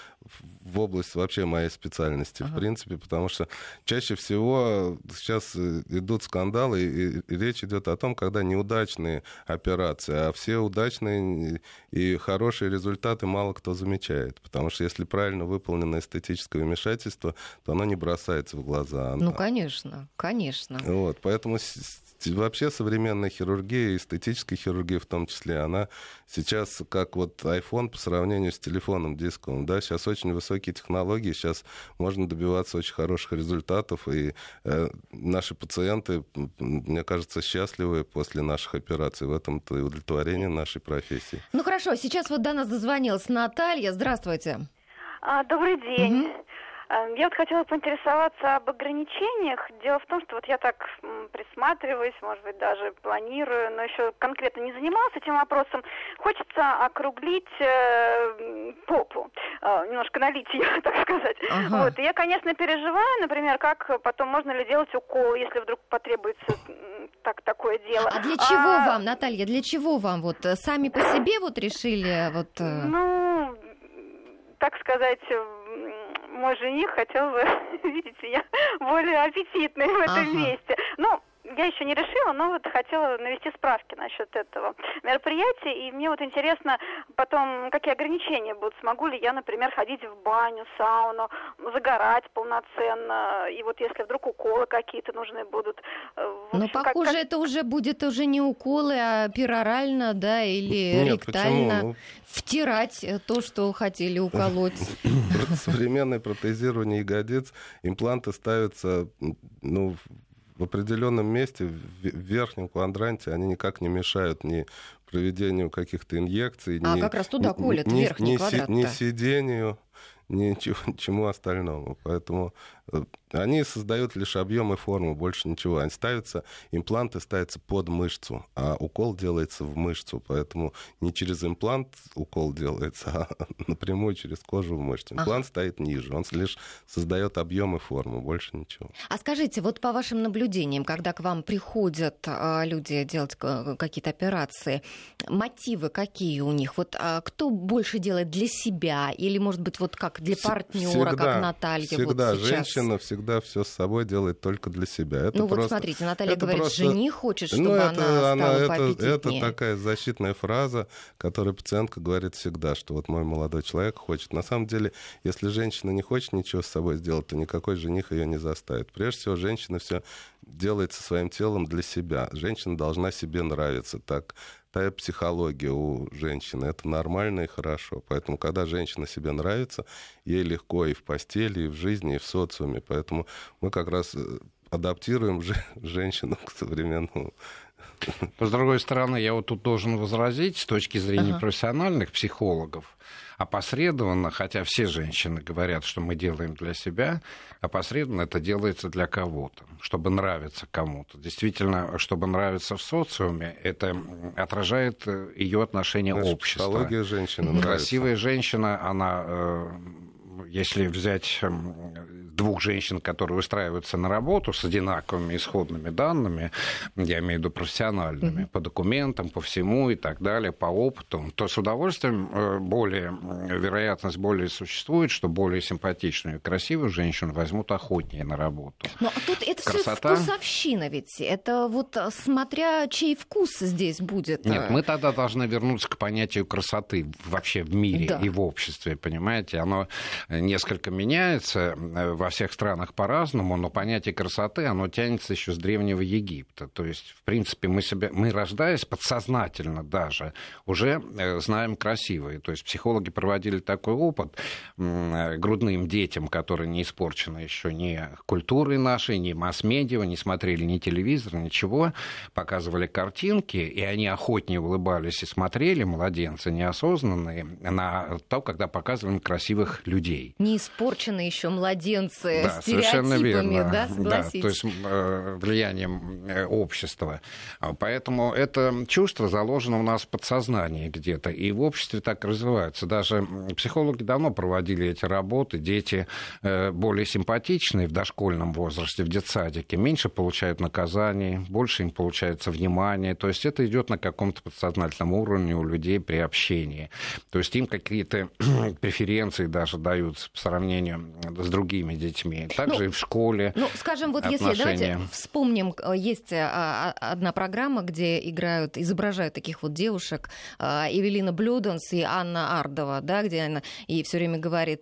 в область вообще моей специальности, ага. в принципе, потому что чаще всего сейчас идут скандалы, и, и речь идет о том, когда неудачные операции, а все удачные и хорошие результаты мало кто замечает, потому что если правильно выполнено эстетическое вмешательство, то оно не бросается в глаза. Ну, конечно, конечно. Вот, поэтому... Вообще современная хирургия, эстетическая хирургия в том числе, она сейчас как вот iPhone по сравнению с телефоном дисковым. Да? Сейчас очень высокие технологии, сейчас можно добиваться очень хороших результатов, и э, наши пациенты, мне кажется, счастливы после наших операций. В этом-то и удовлетворение нашей профессии. Ну хорошо, сейчас вот до нас дозвонилась Наталья. Здравствуйте. А, добрый день. Угу. Я вот хотела поинтересоваться об ограничениях. Дело в том, что вот я так присматриваюсь, может быть, даже планирую, но еще конкретно не занималась этим вопросом. Хочется округлить э, попу, э, немножко налить ее, так сказать. Ага. Вот. И я, конечно, переживаю, например, как потом можно ли делать укол, если вдруг потребуется так, такое дело. А для чего а... вам, Наталья, для чего вам? Вот сами по себе вот решили? Вот... Ну, так сказать... Мой жених хотел бы видеть меня более аппетитной в этом ага. месте. Ну, я еще не решила, но вот хотела навести справки насчет этого мероприятия. И мне вот интересно потом, какие ограничения будут. Смогу ли я, например, ходить в баню, сауну, загорать полноценно. И вот если вдруг уколы какие-то нужны будут. Ну, похоже, как... это уже будет уже не уколы, а перорально, да, или Нет, ректально ну... втирать то, что хотели уколоть. Современное протезирование ягодиц, импланты ставятся, ну, в определенном месте, в верхнем квадранте, они никак не мешают ни проведению каких-то инъекций, а ни, как раз туда колят, ни, верхний ни, квадрат-то. Ни сидению, ни чему остальному. Поэтому они создают лишь объем и форму, больше ничего. Они ставятся, импланты ставятся под мышцу, а укол делается в мышцу. Поэтому не через имплант укол делается, а напрямую через кожу в мышцу. Имплант ага. стоит ниже, он лишь создает объем и форму, больше ничего. А скажите, вот по вашим наблюдениям, когда к вам приходят а, люди делать какие-то операции, мотивы какие у них? Вот а, кто больше делает для себя? Или, может быть, вот как для партнера, всегда, как Наталья всегда. Вот сейчас? Женщина всегда все с собой делает только для себя. Это ну просто, вот смотрите, Наталья говорит, просто... жених хочет, чтобы ну, это, она она, стала это, поаппетитнее. Это такая защитная фраза, которую пациентка говорит всегда, что вот мой молодой человек хочет. На самом деле, если женщина не хочет ничего с собой сделать, то никакой жених ее не заставит. Прежде всего, женщина все делает со своим телом для себя. Женщина должна себе нравиться. Так, такая психология у женщины. Это нормально и хорошо. Поэтому, когда женщина себе нравится, ей легко и в постели, и в жизни, и в социуме. Поэтому мы как раз адаптируем женщину к современному. Но, с другой стороны, я вот тут должен возразить с точки зрения ага. профессиональных психологов. Опосредованно, хотя все женщины говорят, что мы делаем для себя, опосредованно это делается для кого-то, чтобы нравиться кому-то. Действительно, чтобы нравиться в социуме, это отражает ее отношение Наша общества. Психология женщины нравится. Красивая женщина, она... Если взять двух женщин, которые устраиваются на работу с одинаковыми исходными данными, я имею в виду профессиональными, mm-hmm. по документам, по всему и так далее, по опыту, то с удовольствием более, вероятность более существует, что более симпатичную и красивую женщину возьмут охотнее на работу. Ну, а тут это красота... вкусовщина ведь. Это вот смотря чей вкус здесь будет. Нет, мы тогда должны вернуться к понятию красоты вообще в мире, да, и в обществе, понимаете? Оно несколько меняется во всех странах по-разному, но понятие красоты, оно тянется еще с Древнего Египта. То есть, в принципе, мы, себя, мы рождаясь подсознательно даже, уже знаем красивые. То есть психологи проводили такой опыт грудным детям, которые не испорчены еще ни культурой нашей, ни масс-медиа, не смотрели ни телевизор, ничего, показывали картинки, и они охотнее улыбались и смотрели, младенцы неосознанные, на то, когда показывали красивых людей. Не испорчены еще младенцы, да, стереотипами, да, согласитесь? Да, то есть э, влиянием э, общества. Поэтому это чувство заложено у нас в подсознании где-то, и в обществе так развивается. Даже психологи давно проводили эти работы, дети э, более симпатичные в дошкольном возрасте, в детсадике, меньше получают наказаний, больше им получается внимание. То есть это идет на каком-то подсознательном уровне у людей при общении. То есть им какие-то преференции даже даются по сравнению с другими детьми. Также ну, и в школе. Ну, скажем, вот отношения. Если, давайте вспомним, есть одна программа, где играют, изображают таких вот девушек, Эвелина Блюденс и Анна Ардова, да, где она и все время говорит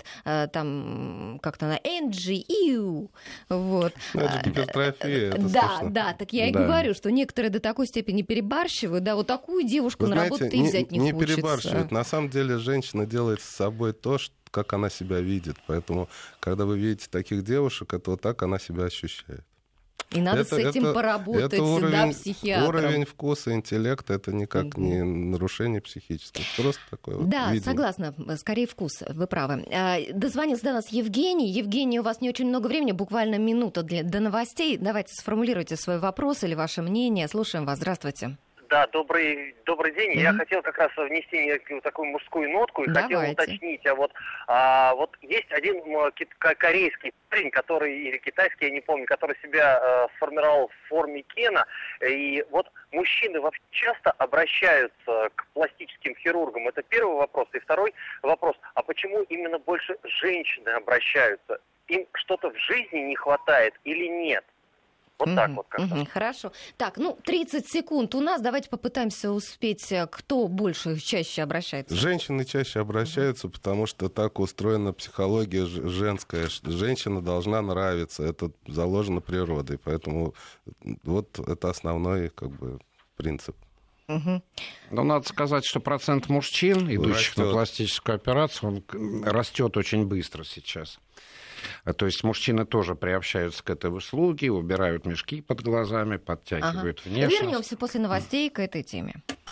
там как-то на Энджи, Иу, вот. Ну, это гипертрофия, это да, смешно. Да, так я и да. говорю, что некоторые до такой степени перебарщивают, да, вот такую девушку Вы на знаете, работу-то и взять не, не хочется. Не перебарщивают. На самом деле женщина делает с собой то, что, как она себя видит. Поэтому, когда вы видите таких девушек, это вот так она себя ощущает. И надо это, с этим это, поработать, это уровень, да, психиатром. Уровень вкуса, интеллекта, это никак mm-hmm. не нарушение психическое. Просто такое вот Да, видение. Согласна, скорее вкус, вы правы. Дозвонился до нас Евгений. Евгений, у вас не очень много времени, буквально минута для, до новостей. Давайте сформулируйте свой вопрос или ваше мнение. Слушаем вас. Здравствуйте. Да, добрый, добрый день. Mm-hmm. Я хотел как раз внести некую такую мужскую нотку и Давайте. хотел уточнить. А вот, а, вот есть один корейский парень, который, или китайский, я не помню, который себя а, сформировал в форме Кена. И вот мужчины часто обращаются к пластическим хирургам. Это первый вопрос. И второй вопрос. А почему именно больше женщины обращаются? Им что-то в жизни не хватает или нет? Вот так вот как-то. Хорошо. Так, ну, тридцать секунд у нас. Давайте попытаемся успеть, кто больше, чаще обращается. Женщины чаще обращаются, потому что так устроена психология женская. Женщина должна нравиться. Это заложено природой. Поэтому вот это основной как бы принцип. Угу. Но надо сказать, что процент мужчин, идущих растет. На пластическую операцию, он растет очень быстро сейчас. То есть мужчины тоже приобщаются к этой услуге, убирают мешки под глазами, подтягивают ага. внешность. Вернемся после новостей к этой теме.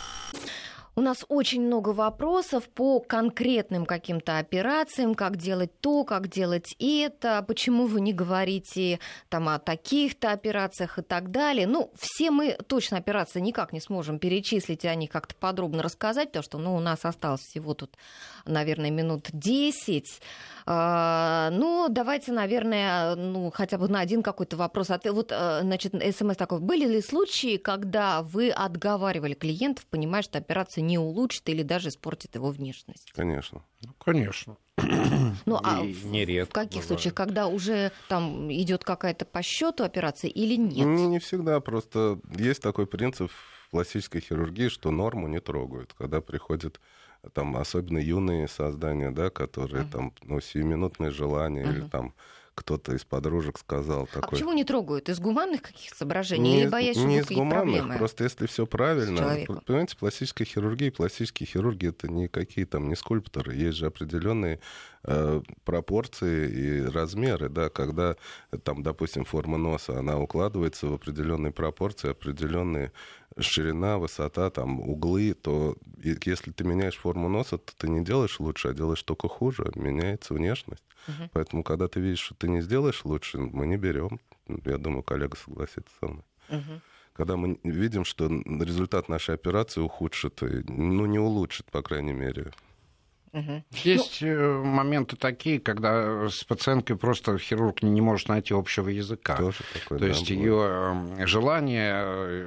У нас очень много вопросов по конкретным каким-то операциям, как делать то, как делать это, почему вы не говорите там, о таких-то операциях и так далее. Ну, все мы точно операции никак не сможем перечислить и о них как-то подробно рассказать, потому что ну, у нас осталось всего тут, наверное, минут десять. А, ну, давайте, наверное, ну, хотя бы на один какой-то вопрос. Вот, значит, СМС такой. Были ли случаи, когда вы отговаривали клиентов, понимая, что операция не улучшит или даже испортит его внешность? Конечно. Ну, конечно. Ну, а нередко в каких бывает. случаях, когда уже там идет какая-то по счету операция или нет? Не, не всегда. Просто есть такой принцип в пластической хирургии, что норму не трогают. Когда приходят там особенно юные создания, да, которые uh-huh. там, ну, сиюминутные желания uh-huh. или там кто-то из подружек сказал такой... А почему не трогают? Из гуманных каких-то соображений? Не, или боясь, что не будут какие-то проблемы? Не из гуманных, просто если все правильно... Понимаете, пластическая хирургия, пластические хирурги — это никакие там не скульпторы. Есть же определенные э, пропорции и размеры, да, когда там, допустим, форма носа, она укладывается в определенные пропорции, определенные ширина, высота, там, углы, то если ты меняешь форму носа, то ты не делаешь лучше, а делаешь только хуже, меняется внешность. Uh-huh. Поэтому, когда ты видишь, что ты не сделаешь лучше, мы не берем. Я думаю, коллега согласится со мной. Uh-huh. Когда мы видим, что результат нашей операции ухудшит, ну, не улучшит, по крайней мере. Uh-huh. Есть ну, моменты такие, когда с пациенткой просто хирург не может найти общего языка. Тоже такое, То да, есть ее желание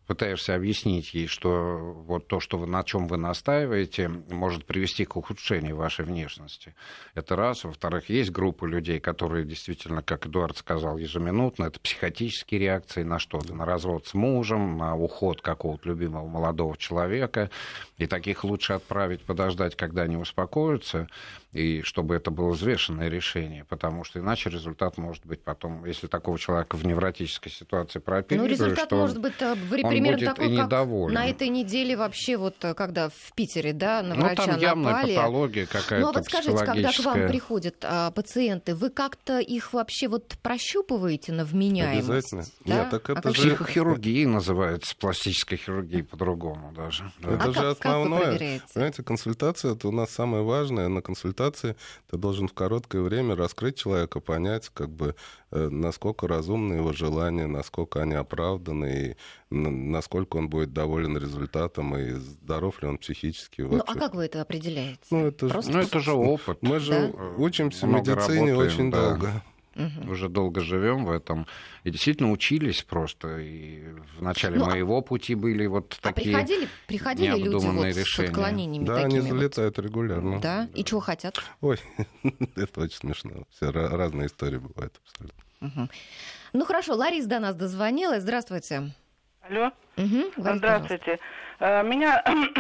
пытаешься объяснить ей, что вот то, что вы, на чем вы настаиваете, может привести к ухудшению вашей внешности. Это раз. Во-вторых, есть группа людей, которые действительно, как Эдуард сказал, ежеминутно, это психотические реакции на что-то, на развод с мужем, на уход какого-то любимого молодого человека. И таких лучше отправить подождать, когда они успокоятся, и чтобы это было взвешенное решение, потому что иначе результат может быть потом, если такого человека в невротической ситуации прооперируешь, ну, результат что может быть он примерно будет такой, и как недоволен. На этой неделе вообще, вот когда в Питере, да, на врача напали. Ну, там явная напали. патология какая-то. Ну, а вот скажите, когда к вам психологическая. приходят а, пациенты, вы как-то их вообще вот прощупываете на вменяемость? Обязательно. Да? Нет, так это а же... Психохирургия называется, пластическая хирургия по-другому даже. Это а же как, основное. Как вы проверяете? Понимаете, консультация — это у нас самое важное. На консультации ты должен в короткое время раскрыть человека, понять, как бы, насколько разумны его желания, насколько они оправданы, и насколько он будет доволен результатом, и здоров ли он психически вообще. Ну, а как вы это определяете? Ну, это, Просто... ну, это же опыт. Мы же да? учимся в Много медицине работаем, очень да. долго. Угу. Уже долго живем в этом. И действительно учились просто. И в начале ну, моего пути были вот а такие приходили, приходили люди вот решения. с отклонениями да, такими? они залетают вот. Регулярно. Да? И чего хотят? Ой, это очень смешно. Все разные истории бывают абсолютно. Угу. Ну хорошо, Лариса до нас дозвонилась. Здравствуйте. Алло. Угу, здравствуйте. Пожалуйста. Меня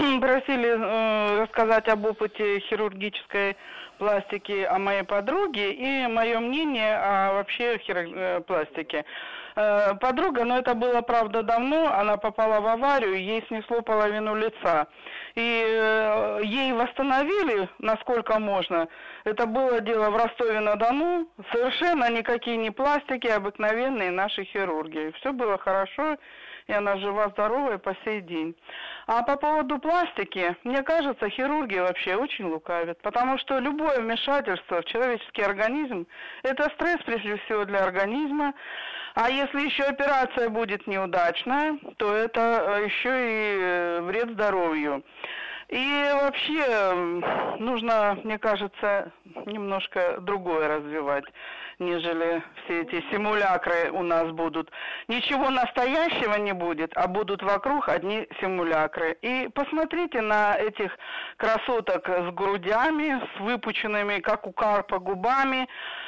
просили рассказать об опыте хирургической пластики о моей подруге и мое мнение о вообще хирург... пластике. Подруга, но это было, правда, давно, она попала в аварию, ей снесло половину лица. И ей восстановили, насколько можно. Это было дело в Ростове-на-Дону. Совершенно никакие не пластики, обыкновенные наши хирурги. Все было хорошо, и она жива-здоровая по сей день. А по поводу пластики, мне кажется, хирурги вообще очень лукавят, потому что любое вмешательство в человеческий организм – это стресс, прежде всего, для организма. А если еще операция будет неудачная, то это еще и вред здоровью. И вообще нужно, мне кажется, немножко другое развивать, нежели все эти симулякры у нас будут. Ничего настоящего не будет, а будут вокруг одни симулякры. И посмотрите на этих красоток с грудями, с выпученными, как у карпа, губами.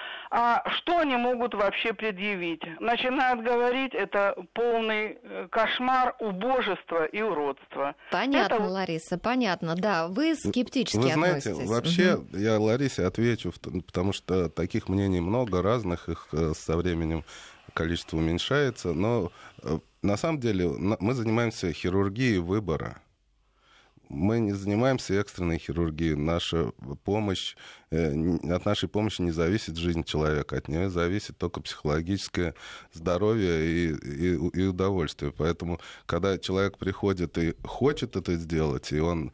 А что они могут вообще предъявить? Начинают говорить, это полный кошмар, убожество и уродство. Понятно, это... Лариса, понятно. Да, вы скептически Вы знаете, относитесь. вообще, угу. я Ларисе отвечу, потому что таких мнений много разных, их со временем количество уменьшается. Но на самом деле мы занимаемся хирургией выбора. Мы не занимаемся экстренной хирургией. Наша помощь, от нашей помощи не зависит жизнь человека. От нее зависит только психологическое здоровье и, и, и удовольствие. Поэтому, когда человек приходит и хочет это сделать, и он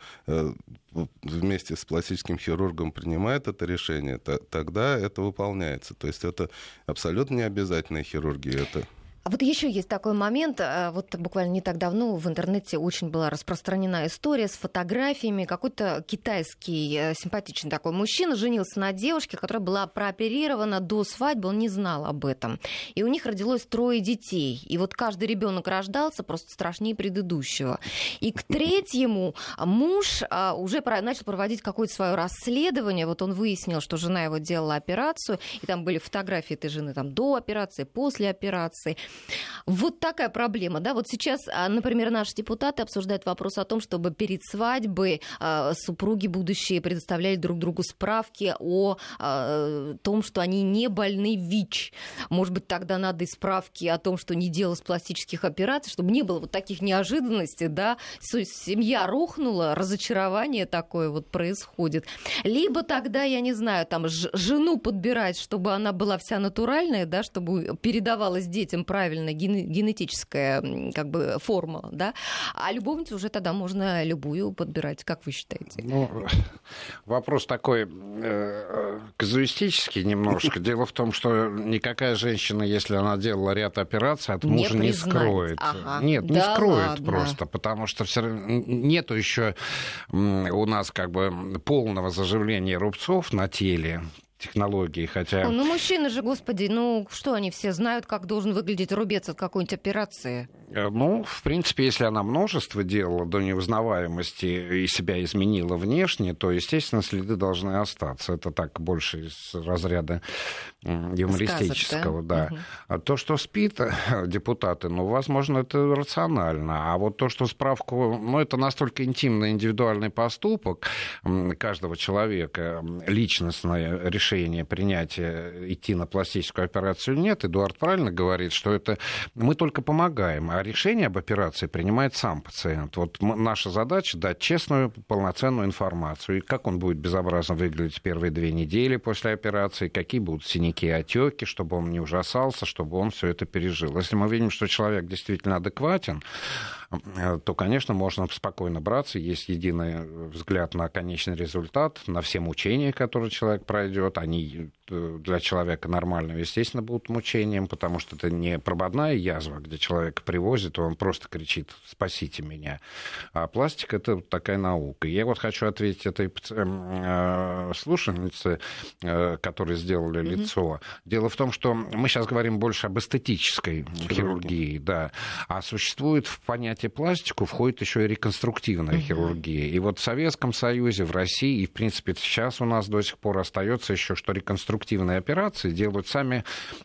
вместе с пластическим хирургом принимает это решение, то, тогда это выполняется. То есть это абсолютно не обязательная хирургия. Это... А вот еще есть такой момент, вот буквально не так давно в интернете очень была распространена история с фотографиями. Какой-то китайский симпатичный такой мужчина женился на девушке, которая была прооперирована до свадьбы, он не знал об этом. И у них родилось трое детей. И вот каждый ребенок рождался просто страшнее предыдущего. И к третьему муж уже начал проводить какое-то свое расследование. Вот он выяснил, что жена его делала операцию, и там были фотографии этой жены там, до операции, после операции. Вот такая проблема, да, вот сейчас, например, наши депутаты обсуждают вопрос о том, чтобы перед свадьбой супруги будущие предоставляли друг другу справки о том, что они не больны ВИЧ. Может быть, тогда надо и справки о том, что не делалось пластических операций, чтобы не было вот таких неожиданностей, да, семья рухнула, разочарование такое вот происходит. Либо тогда, я не знаю, там жену подбирать, чтобы она была вся натуральная, да, чтобы передавалась детям правильно генетическая как бы формула, да, а любовницу уже тогда можно любую подбирать, как вы считаете? Ну, вопрос такой э, казуистический немножко. Дело в том, что никакая женщина, если она делала ряд операций, от мужа не, не скроет. Ага. Нет, да не скроет ладно. Просто, потому что все равно нету еще у нас как бы полного заживления рубцов на теле. Технологии, хотя... Ну, мужчины же, господи, ну что они все знают, как должен выглядеть рубец от какой-нибудь операции? Ну, в принципе, если она множество делала до неузнаваемости и себя изменила внешне, то, естественно, следы должны остаться. Это так больше из разряда юмористического. Сказок, да? Да. Угу. А то, что спит депутаты, ну, возможно, это рационально. А вот то, что справку... Ну, это настолько интимный, индивидуальный поступок каждого человека, личностное решение принятия идти на пластическую операцию нет. Эдуард правильно говорит, что это мы только помогаем, а решение об операции принимает сам пациент. Вот наша задача дать честную, полноценную информацию. И как он будет безобразно выглядеть первые две недели после операции, какие будут синяки и отеки, чтобы он не ужасался, чтобы он все это пережил. Если мы видим, что человек действительно адекватен, то, конечно, можно спокойно браться. Есть единый взгляд на конечный результат, на все мучения, которые человек пройдет. Они для человека нормального, естественно, будут мучением, потому что это не прободная язва, где человека привозят, и он просто кричит «спасите меня». А пластика — это такая наука. И я вот хочу ответить этой слушательнице, которой сделали mm-hmm. лицо. Дело в том, что мы сейчас говорим больше об эстетической хирургии, хирургии, да. А существует в понятие пластику входит еще и реконструктивная mm-hmm. хирургия. И вот в Советском Союзе, в России, и, в принципе, сейчас у нас до сих пор остается еще, что реконструктивные операции делают сами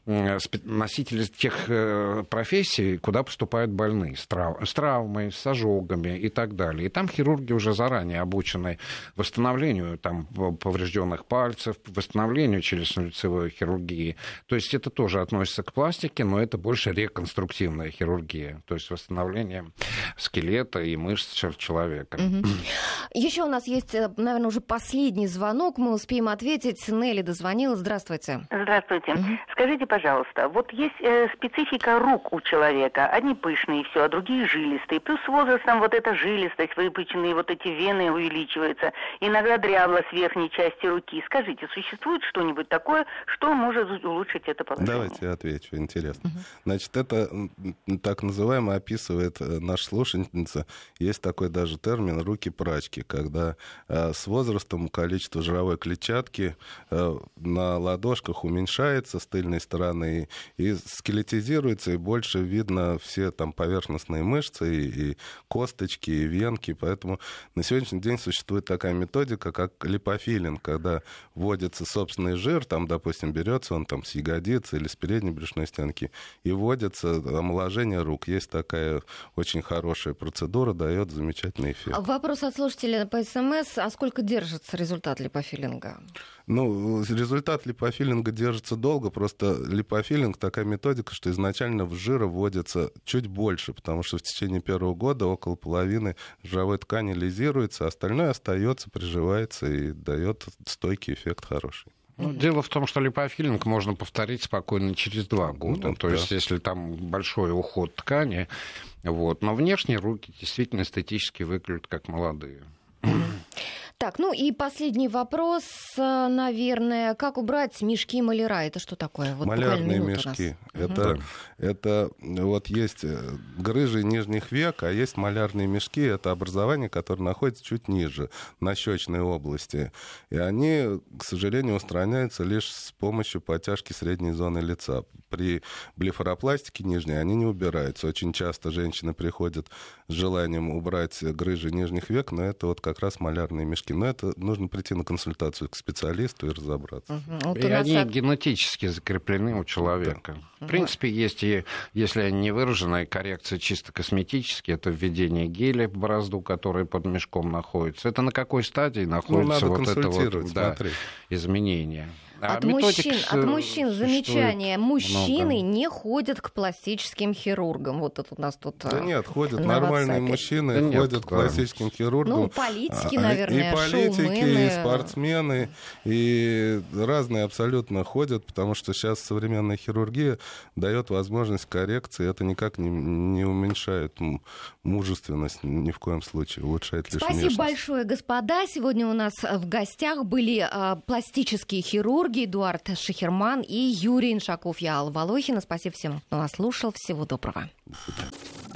носители тех профессий, куда поступают больные, с, трав... с травмой, с ожогами и так далее. И там хирурги уже заранее обучены восстановлению там, поврежденных пальцев, восстановлению челюстно-лицевой хирургии. То есть это тоже относится к пластике, но это больше реконструктивная хирургия, то есть восстановление скелета и мышц человека. Угу. Еще у нас есть, наверное, уже последний звонок. Мы успеем ответить. Нелли дозвонилась. Здравствуйте. Здравствуйте. Угу. Скажите, пожалуйста, вот есть э, специфика рук у человека. Одни пышные, все, а другие жилистые. Плюс с возрастом вот эта жилистость, выпученные вот эти вены увеличиваются. Иногда дряблость верхней части руки. Скажите, существует что-нибудь такое, что может улучшить это положение? Давайте я отвечу. Интересно. Угу. Значит, это так называемо описывает наша слушательница. Есть такой даже термин «руки-прачки», когда э, с возрастом количество жировой клетчатки э, на ладошках уменьшается с тыльной стороны и, и скелетизируется, и больше видно все там поверхностные мышцы, и, и косточки, и венки. Поэтому на сегодняшний день существует такая методика, как липофилинг, когда вводится собственный жир, там, допустим, берется он там с ягодицы или с передней брюшной стенки, и вводится омоложение рук. Есть такая очень хорошая процедура, дает замечательный эффект. Вопрос от слушателя по СМС. А сколько держится результат липофилинга? Ну, результат липофилинга держится долго, просто липофилинг такая методика, что изначально в жира вводится чуть больше, потому что в течение первого года около половины жировой ткани лизируется, а остальное остается, приживается и дает стойкий эффект хороший. Ну, дело в том, что липофилинг можно повторить спокойно через два года. Ну, То да. есть, если там большой уход ткани, вот. Но внешне руки действительно эстетически выглядят как молодые. Так, ну и последний вопрос, наверное. Как убрать мешки маляра? Это что такое? Вот малярные мешки. Это, угу. это вот есть грыжи нижних век, а есть малярные мешки. Это образование, которое находится чуть ниже, на щечной области. И они, к сожалению, устраняются лишь с помощью подтяжки средней зоны лица. При блефаропластике нижней они не убираются. Очень часто женщины приходят с желанием убрать грыжи нижних век, но это вот как раз малярные мешки. Но это нужно прийти на консультацию к специалисту и разобраться. Угу. Вот и они от... генетически закреплены у человека. Да. В принципе, есть и, если они не выраженные, коррекции чисто косметические, это введение геля в борозду, который под мешком находится. Это на какой стадии находится ну, вот это вот, да, изменение? А от, мужчин, от мужчин замечание. Мужчины много. Не ходят к пластическим хирургам. Вот это у нас тут. Да нет, ходят нормальные мужчины, да нет, ходят к классическим хирургам. Ну, политики, наверное, и политики, шоумены. И спортсмены, и разные абсолютно ходят, потому что сейчас современная хирургия дает возможность коррекции. Это никак не, не уменьшает мужественность ни в коем случае, улучшает лишь Спасибо внешность. большое, господа. Сегодня у нас в гостях были а, пластические хирурги Эдуард Шихерман и Юрий Иншаков. Я Алла Волохина. Спасибо всем, кто нас слушал. Всего доброго.